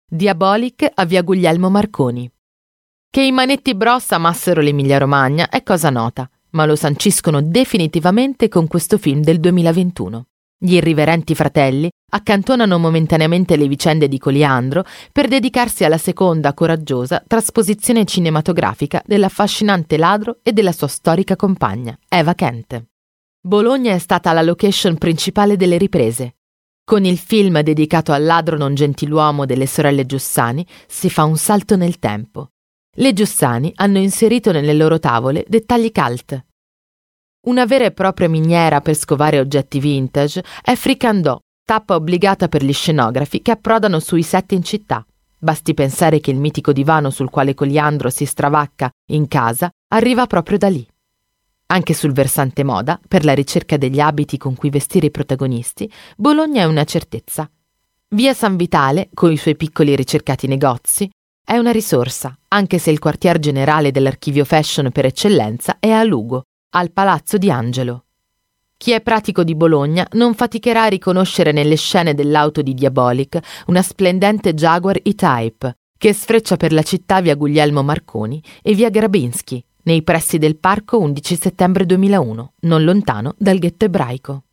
Diabolic a via Guglielmo Marconi. Che i Manetti Bros amassero l'Emilia-Romagna è cosa nota, ma lo sanciscono definitivamente con questo film del 2021. Gli irriverenti fratelli accantonano momentaneamente le vicende di Coliandro per dedicarsi alla seconda coraggiosa trasposizione cinematografica dell'affascinante ladro e della sua storica compagna, Eva Kent. Bologna è stata la location principale delle riprese. Con il film dedicato al ladro non gentiluomo delle sorelle Giussani si fa un salto nel tempo. Le Giussani hanno inserito nelle loro tavole dettagli cult. Una vera e propria miniera per scovare oggetti vintage è Fricandò, tappa obbligata per gli scenografi che approdano sui set in città. Basti pensare che il mitico divano sul quale Coliandro si stravacca in casa arriva proprio da lì. Anche sul versante moda, per la ricerca degli abiti con cui vestire i protagonisti, Bologna è una certezza. Via San Vitale, con i suoi piccoli ricercati negozi, è una risorsa, anche se il quartier generale dell'archivio fashion per eccellenza è a Lugo, al Palazzo di Angelo. Chi è pratico di Bologna non faticherà a riconoscere nelle scene dell'auto di Diabolic una splendente Jaguar E-Type che sfreccia per la città via Guglielmo Marconi e via Grabinski, nei pressi del parco 11 settembre 2001, non lontano dal ghetto ebraico.